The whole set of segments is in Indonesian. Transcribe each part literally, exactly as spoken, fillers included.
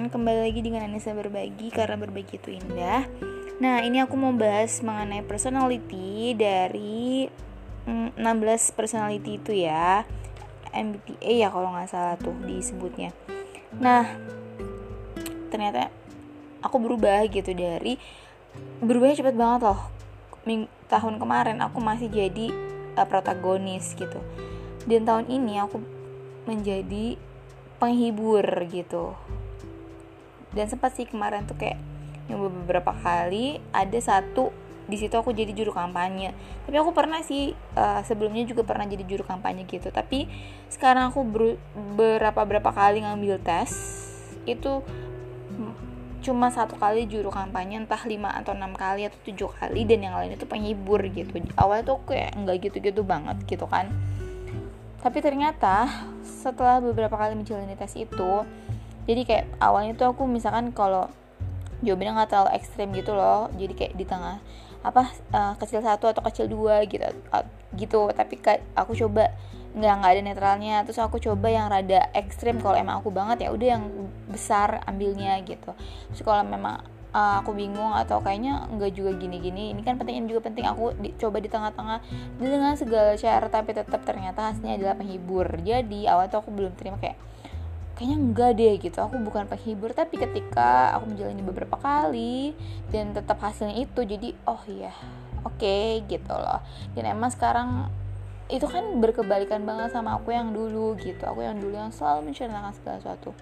teman-teman, kembali lagi dengan Anissa Berbagi, karena berbagi itu indah. Nah, ini aku mau bahas mengenai personality dari mm, enam belas personality itu ya, M B T I ya kalau gak salah tuh disebutnya. Nah, ternyata aku berubah gitu, dari berubahnya cepet banget loh. Ming- tahun kemarin aku masih jadi uh, protagonis gitu, dan tahun ini aku menjadi penghibur gitu. Dan sempat sih kemarin tuh kayak nyoba beberapa kali, ada satu di situ aku jadi juru kampanye. Tapi aku pernah sih uh, sebelumnya juga pernah jadi juru kampanye gitu. Tapi sekarang aku ber- berapa berapa kali ngambil tes itu cuma satu kali juru kampanye, entah lima atau enam kali atau tujuh kali, dan yang lain itu penghibur gitu. Awalnya tuh kayak nggak gitu-gitu banget gitu kan. Tapi ternyata setelah beberapa kali menjalani tes itu, jadi kayak awalnya tuh aku misalkan kalau jawabannya nggak terlalu ekstrim gitu loh, jadi kayak di tengah apa uh, kecil satu atau kecil dua gitu uh, gitu. Tapi kayak aku coba nggak nggak ada netralnya, terus aku coba yang rada ekstrim. Kalau emang aku banget ya udah yang besar ambilnya gitu. Terus kalau memang Uh, aku bingung atau kayaknya enggak juga gini-gini, ini kan penting, ini juga penting, aku di, coba di tengah-tengah dengan segala cara, tapi tetap ternyata hasilnya adalah penghibur. Jadi awal tuh aku belum terima, kayak kayaknya enggak deh gitu, aku bukan penghibur. Tapi ketika aku menjalani beberapa kali dan tetap hasilnya itu, jadi oh iya oke okay, gitu loh. Dan emang sekarang itu kan berkebalikan banget sama aku yang dulu gitu. Aku yang dulu yang selalu menceritakan segala sesuatu,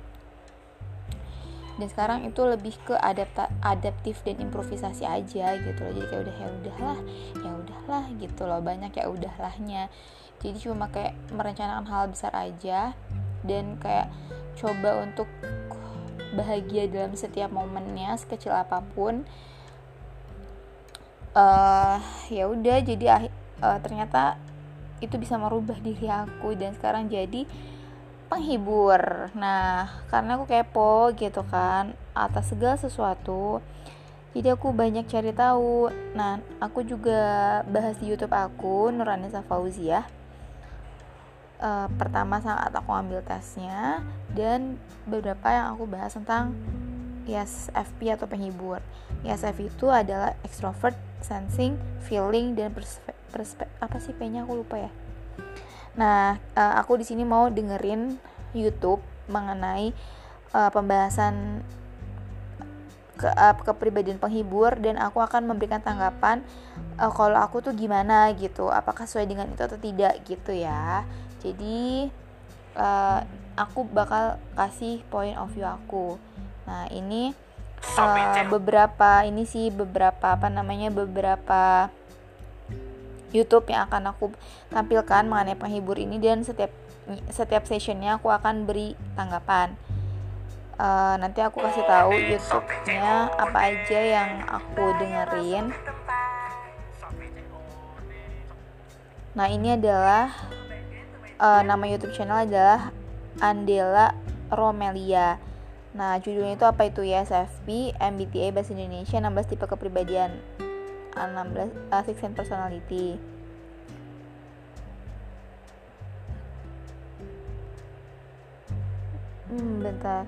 dan sekarang itu lebih ke adapta- adaptif dan improvisasi aja gitu loh. Jadi kayak udah ya udahlah, ya udahlah gitu loh, banyak ya udahlahnya. Jadi cuma kayak merencanakan hal besar aja, dan kayak coba untuk bahagia dalam setiap momennya, sekecil apapun. Uh, ya udah, jadi uh, ternyata itu bisa merubah diri aku, dan sekarang jadi penghibur. Nah, karena aku kepo gitu kan atas segala sesuatu, jadi aku banyak cari tahu. Nah, aku juga bahas di YouTube aku, Nurhanisa Fauziah. Uh, pertama saat aku ambil tesnya, dan beberapa yang aku bahas tentang I S F P atau penghibur. I S F P itu adalah extrovert, sensing, feeling, dan perspe- perspe- apa sih P-nya aku lupa ya. Nah, uh, aku di sini mau dengerin YouTube mengenai uh, pembahasan ke, uh, kepribadian penghibur, dan aku akan memberikan tanggapan uh, kalau aku tuh gimana gitu, apakah sesuai dengan itu atau tidak gitu ya. Jadi uh, aku bakal kasih point of view aku. Nah, ini uh, beberapa ini sih beberapa apa namanya beberapa YouTube yang akan aku tampilkan mengenai penghibur ini, dan setiap setiap sessionnya aku akan beri tanggapan. Uh, nanti aku kasih tahu YouTube-nya apa aja yang aku dengerin. Nah, ini adalah uh, nama YouTube channel adalah Andela Romelia. Nah, judulnya itu apa itu? I S F P, M B T I bahasa Indonesia, enam belas tipe kepribadian, enam belas uh, six and personality. Hmm, bentar.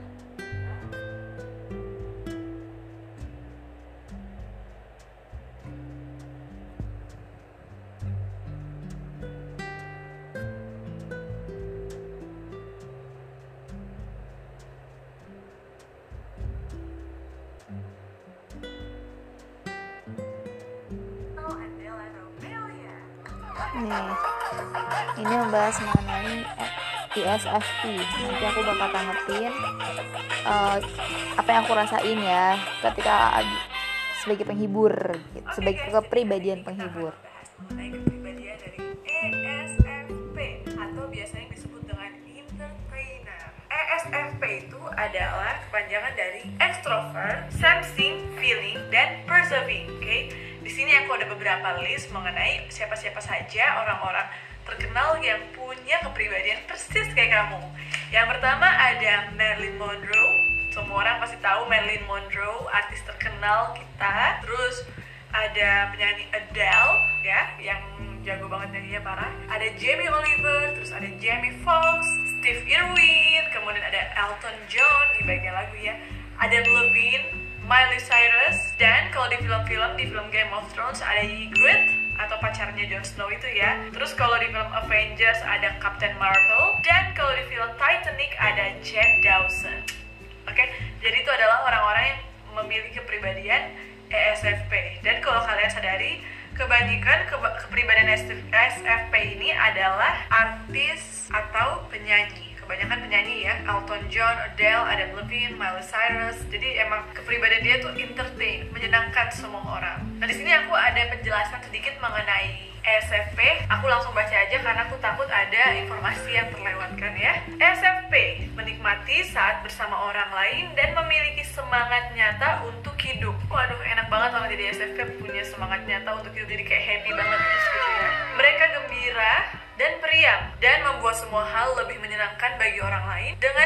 Nih, ini membahas mengenai I S F P. Nanti aku bakal tanggepin uh, apa yang aku rasain ya ketika sebagai penghibur, gitu, sebagai kepribadian penghibur. Kepribadian dari E S F P atau biasanya disebut dengan entertainer. E S F P itu adalah kepanjangan dari extrovert, sensing, feeling, dan perceiving. Oke, okay? Di sini aku ada beberapa list mengenai siapa-siapa saja orang-orang terkenal yang punya kepribadian persis kayak kamu. Yang pertama ada Marilyn Monroe. Semua orang pasti tahu Marilyn Monroe, artis terkenal kita. Terus ada penyanyi Adele ya, yang jago banget nyanyinya parah. Ada Jamie Oliver, terus ada Jamie Foxx, Steve Irwin, kemudian ada Elton John di bagian lagu ya, Adam Levine, Miley Cyrus, dan kalau di film-film, di film Game of Thrones ada Ygritte atau pacarnya Jon Snow itu ya. Terus kalau di film Avengers ada Captain Marvel, dan kalau di film Titanic ada Jack Dawson. Oke, jadi itu adalah orang-orang yang memiliki kepribadian E S F P. Dan kalau kalian sadari, kebanyakan ke- kepribadian S F P ini adalah artis atau penyanyi. Kebanyakan penyanyi ya, Elton John, Adele, Adam Levine, Miley Cyrus. Jadi emang kepribadian dia tuh entertain, menyenangkan semua orang. Nah di sini aku ada penjelasan sedikit mengenai E S F P. Aku langsung baca aja karena aku takut ada informasi yang terlewatkan ya. E S F P menikmati saat bersama orang lain dan memiliki semangat nyata untuk hidup. Waduh, enak banget orang jadi E S F P punya semangat nyata untuk hidup, jadi kayak happy banget gitu ya. Mereka gembira dan periang dan membuat semua hal lebih menyenangkan bagi orang lain dengan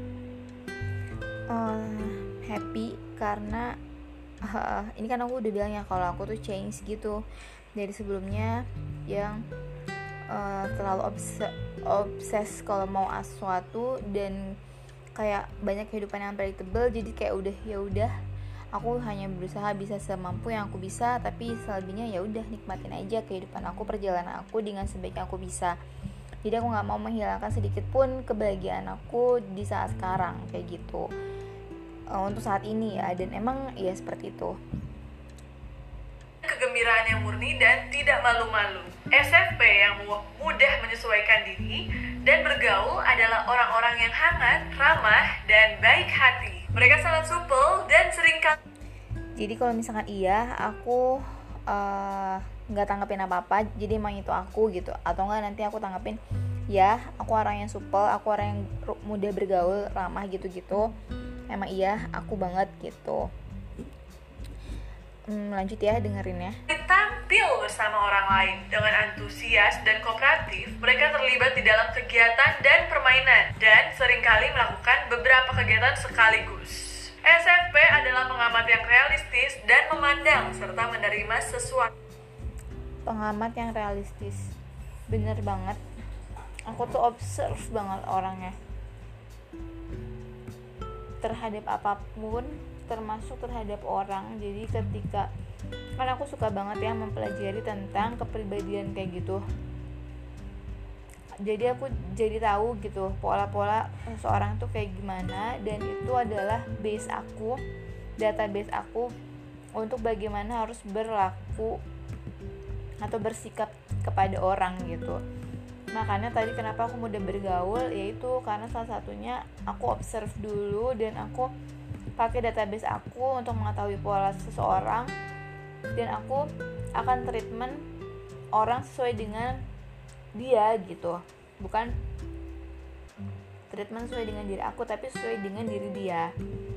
uh, happy karena uh, ini kan aku udah bilang ya kalau aku tuh change gitu dari sebelumnya yang uh, terlalu obses obses kalau mau sesuatu dan kayak banyak kehidupan yang unpredictable, jadi kayak udah ya udah aku hanya berusaha bisa semampu yang aku bisa, tapi selebihnya ya udah nikmatin aja kehidupan aku, perjalanan aku dengan sebaik yang aku bisa. Jadi aku nggak mau menghilangkan sedikit pun kebahagiaan aku di saat sekarang kayak gitu, uh, untuk saat ini ya. Dan emang ya seperti itu, kegembiraan yang murni dan tidak malu-malu. S F P yang mudah menyesuaikan diri dan bergaul adalah orang-orang yang hangat, ramah, dan baik hati. Mereka sangat supel dan sering kali. Jadi kalau misalkan iya, aku nggak uh, tanggapin apa-apa. Jadi emang itu aku gitu. Atau nggak nanti aku tanggapin ya, aku orang yang supel, aku orang yang mudah bergaul, ramah gitu-gitu. Emang iya, aku banget gitu. Hmm, lanjut ya, dengerin ya. Tampil bersama orang lain dengan antusias dan kooperatif, mereka terlibat di dalam kegiatan dan permainan dan seringkali melakukan beberapa kegiatan sekaligus. S F P adalah pengamat yang realistis dan memandang serta menerima sesuatu. Pengamat yang realistis, bener banget. Aku tuh observe banget orangnya terhadap apapun, termasuk terhadap orang. Jadi ketika kan aku suka banget ya mempelajari tentang kepribadian kayak gitu, jadi aku jadi tahu gitu pola-pola seseorang tuh kayak gimana, dan itu adalah base aku, database aku untuk bagaimana harus berlaku atau bersikap kepada orang gitu. Makanya tadi kenapa aku mudah bergaul, yaitu karena salah satunya aku observe dulu dan aku pakai database aku untuk mengetahui pola seseorang, dan aku akan treatment orang sesuai dengan dia gitu, bukan treatment sesuai dengan diri aku, tapi sesuai dengan diri dia.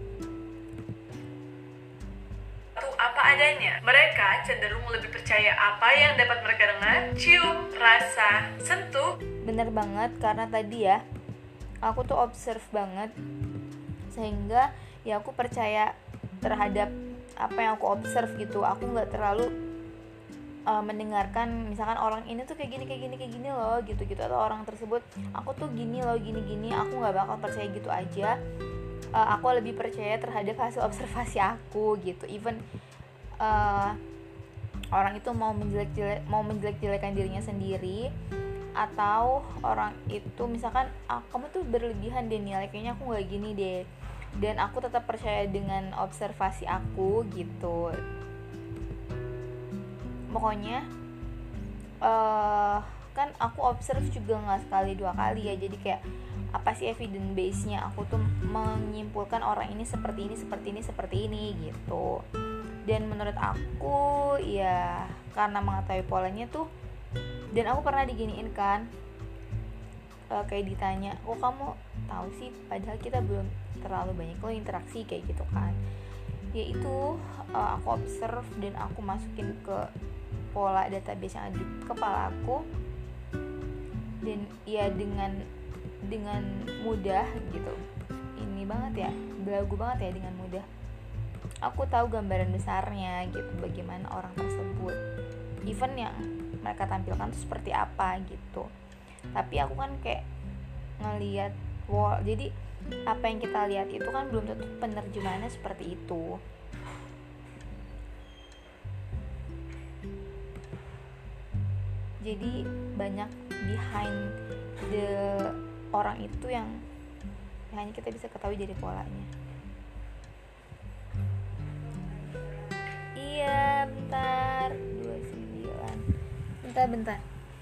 Apa adanya. Mereka cenderung lebih percaya apa yang dapat mereka dengar, cium, rasa, sentuh. Bener banget, karena tadi ya aku tuh observe banget sehingga ya aku percaya terhadap apa yang aku observe gitu. Aku nggak terlalu uh, mendengarkan misalkan orang ini tuh kayak gini kayak gini kayak gini loh gitu gitu, atau orang tersebut aku tuh gini loh gini gini. Aku nggak bakal percaya gitu aja. Uh, aku lebih percaya terhadap hasil observasi aku gitu. Even uh, orang itu mau menjelek-jelek mau menjelek-jelekan dirinya sendiri, atau orang itu misalkan ah, kamu tuh berlebihan deh nilai, kayaknya aku nggak gini deh, dan aku tetap percaya dengan observasi aku gitu. Pokoknya uh, kan aku observe juga nggak sekali dua kali ya, jadi kayak apa sih evidence base-nya, aku tuh menyimpulkan orang ini seperti ini seperti ini seperti ini gitu. Dan menurut aku ya karena mengetahui polanya tuh, dan aku pernah diginiin kan, uh, kayak ditanya, kok kamu tahu sih, padahal kita belum terlalu banyak lo interaksi kayak gitu kan. Ya itu uh, aku observe dan aku masukin ke pola database yang ada di kepala aku, dan ya dengan dengan mudah gitu, ini banget ya, belagu banget ya, dengan mudah aku tahu gambaran besarnya gitu, bagaimana orang tersebut, even yang mereka tampilkan tuh seperti apa gitu. Tapi aku kan kayak ngelihat wall. Jadi apa yang kita lihat itu kan belum tentu penerjemahannya seperti itu. Jadi banyak behind the orang itu yang hanya kita bisa ketahui dari polanya. Iya, bentar. dua puluh sembilan. Bentar, bentar.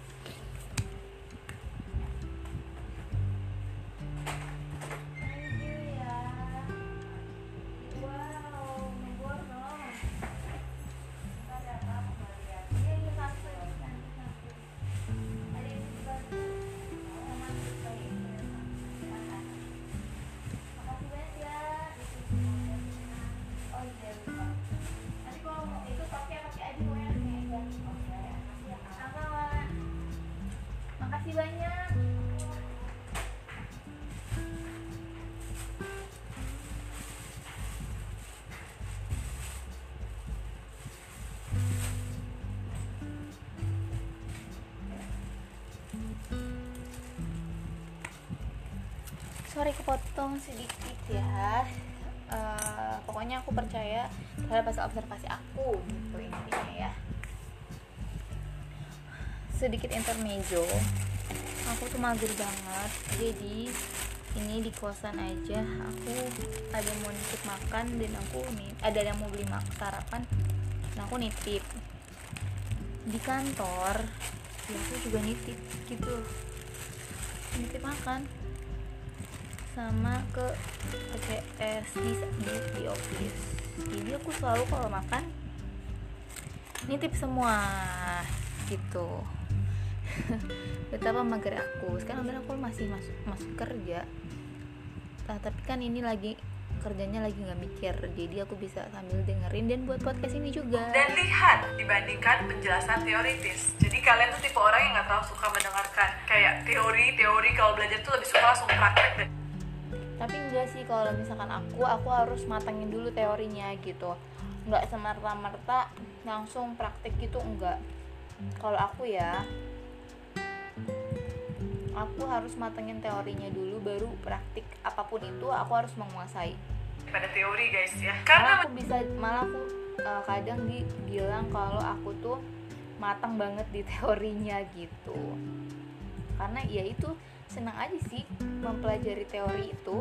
Makasih banyak. Sorry kepotong sedikit ya. Uh, pokoknya aku percaya terhadap hasil observasi aku gitu intinya ya. Sedikit intermezzo, aku tuh mager banget, jadi ini di kosan aja aku ada mau nitip makan dan aku nih ada yang mau beli mak- sarapan, nah aku nitip di kantor, ya aku juga nitip gitu, nitip makan sama ke P C S di, di, di office. Jadi aku selalu kalau makan nitip semua gitu. Betapa mager aku sekarang, bener aku masih masuk masuk kerja, nah, tapi kan ini lagi kerjanya lagi nggak mikir, jadi aku bisa sambil dengerin dan buat podcast ini juga. Dan lihat dibandingkan penjelasan teoritis, jadi kalian tuh tipe orang yang nggak terlalu suka mendengarkan kayak teori-teori, kalau belajar tuh lebih suka langsung praktek deh. Tapi enggak sih, kalau misalkan aku aku harus matangin dulu teorinya gitu, nggak semerta-merta langsung praktek gitu, enggak. Kalau aku ya aku harus matengin teorinya dulu, baru praktik apapun itu aku harus menguasai. Pada teori guys ya, karena aku bisa malah aku uh, kadang dibilang kalau aku tuh matang banget di teorinya gitu, karena ya itu senang aja sih mempelajari teori itu.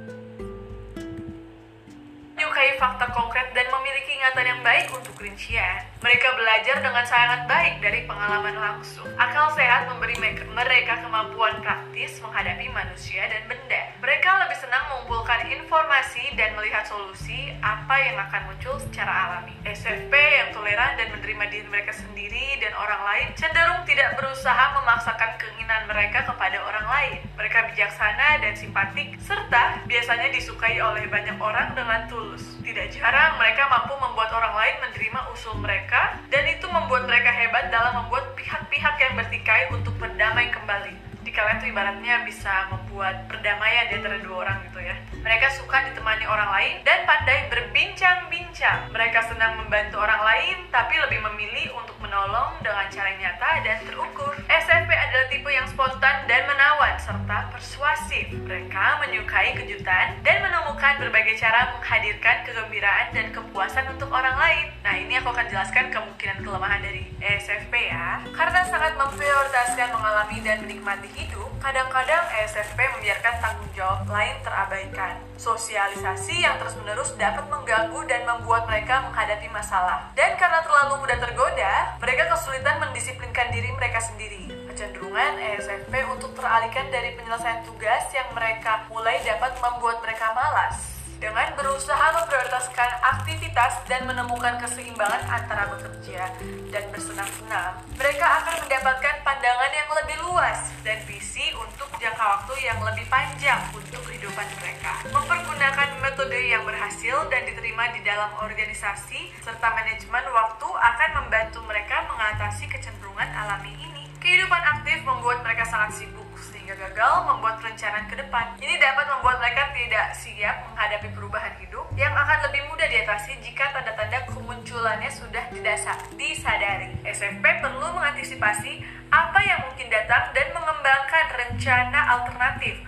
Menyukai fakta konkret dan memiliki ingatan yang baik untuk rincian. Mereka belajar dengan sangat baik dari pengalaman langsung. Akal sehat memberi mereka kemampuan praktis menghadapi manusia dan benda. Mereka lebih senang mengumpulkan informasi dan melihat solusi apa yang akan muncul secara alami. S F P yang toleran dan menerima diri mereka sendiri dan orang lain cenderung tidak berusaha memaksakan keinginan mereka kepada orang lain. Mereka bijaksana dan simpatik, serta biasanya disukai oleh banyak orang dengan tulus. Tidak jarang mereka mampu membuat orang lain menerima usul mereka, dan itu membuat mereka hebat dalam membuat pihak-pihak yang bertikai untuk berdamai kembali. Jadi kalian tuh ibaratnya bisa membuat perdamaian di antara dua orang gitu ya. Mereka suka ditemani orang lain dan pandai berbincang-bincang. Mereka senang membantu orang lain, tapi lebih memilih untuk menolong dengan cara nyata dan terukur. S F P adalah tipe yang spontan dan menawan serta persuasif. Mereka menyukai kejutan dan menemukan berbagai cara menghadirkan kegembiraan dan kepuasan untuk orang lain. Nah, ini aku akan jelaskan kemungkinan kelemahan dari E S F P ya. Karena sangat memprioritaskan mengalami dan menikmati hidup, kadang-kadang E S F P membiarkan tanggung jawab lain terabaikan. Sosialisasi yang terus-menerus dapat mengganggu dan membuat mereka menghadapi masalah. Dan karena terlalu mudah tergoda, mereka kesulitan mendisiplinkan diri mereka sendiri. Kecenderungan E S F P untuk teralihkan dari penyelesaian tugas yang mereka mulai dapat membuat mereka malas. Dengan berusaha memprioritaskan aktivitas dan menemukan keseimbangan antara bekerja dan bersenang-senang, mereka akan mendapatkan pandangan yang lebih luas dan visi untuk jangka waktu yang lebih panjang untuk kehidupan mereka. Mempergunakan metode yang berhasil dan diterima di dalam organisasi serta manajemen waktu akan membantu mereka mengatasi kecenderungan alami ini. Kehidupan aktif membuat mereka sangat sibuk sehingga gagal membuat perencanaan ke depan. Ini dapat membuat mereka tidak siap menghadapi perubahan hidup yang akan lebih mudah diatasi jika tanda-tanda kemunculannya sudah didasar, disadari. S F P perlu mengantisipasi apa yang mungkin datang dan mengembangkan rencana alternatif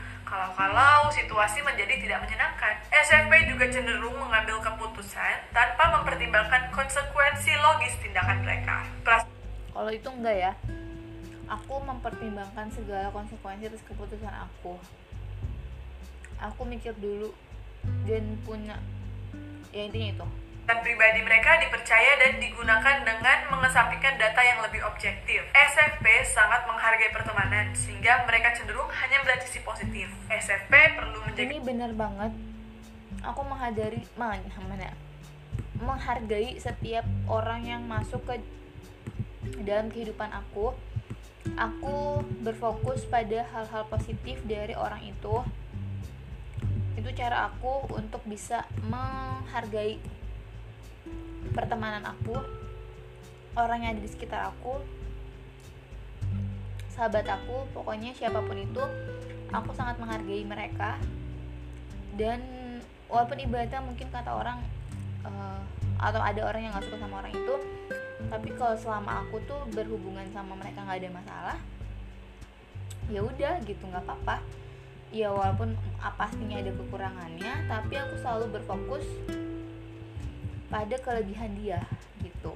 kalau-kalau situasi menjadi tidak menyenangkan. S F P juga cenderung mengambil keputusan tanpa mempertimbangkan konsekuensi logis tindakan mereka. Pras- Kalau itu enggak ya, aku mempertimbangkan segala konsekuensi atas keputusan aku. Aku mikir dulu dan punya, ya intinya itu. Dan pribadi mereka dipercaya dan digunakan dengan mengesampingkan data yang lebih objektif. S F P sangat menghargai pertemanan sehingga mereka cenderung hanya melihat sisi positif. S F P perlu menjaga. Ini benar banget. Aku menghadari, mana, mana, menghargai setiap orang yang masuk ke dalam kehidupan aku. Aku berfokus pada hal-hal positif dari orang itu. Itu cara aku untuk bisa menghargai pertemanan aku, orang yang ada di sekitar aku, sahabat aku, pokoknya siapapun itu, aku sangat menghargai mereka. Dan walaupun ibaratnya mungkin kata orang uh, atau ada orang yang gak suka sama orang itu, tapi kalau selama aku tuh berhubungan sama mereka gak ada masalah, ya udah gitu, nggak apa-apa. Ya walaupun pastinya ada kekurangannya, tapi aku selalu berfokus pada kelebihan dia gitu.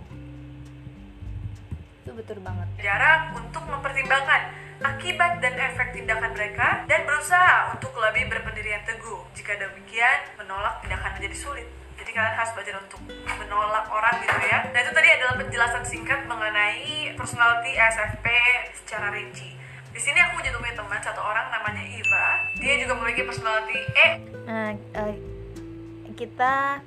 Itu betul banget. Jarak untuk mempertimbangkan akibat dan efek tindakan mereka dan berusaha untuk lebih berpendirian teguh. Jika demikian, menolak tidak akan menjadi sulit. Jadi kalian harus belajar untuk menolak orang gitu ya. Dan itu tadi adalah penjelasan singkat mengenai personality S F P secara rinci. Di sini aku juga punya teman satu orang namanya Iva. Dia juga memiliki personality E. Nah, uh, kita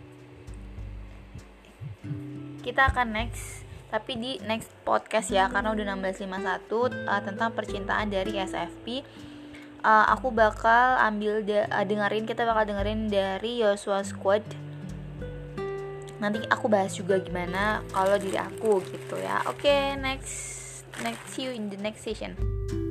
kita akan next, tapi di next podcast ya, karena udah enam belas lima puluh satu uh, tentang percintaan dari S F P. Uh, aku bakal ambil de- uh, dengerin, kita bakal dengerin dari Yosua Squad. Nanti aku bahas juga gimana kalau diri aku gitu ya. Oke, okay, next next see you in the next session.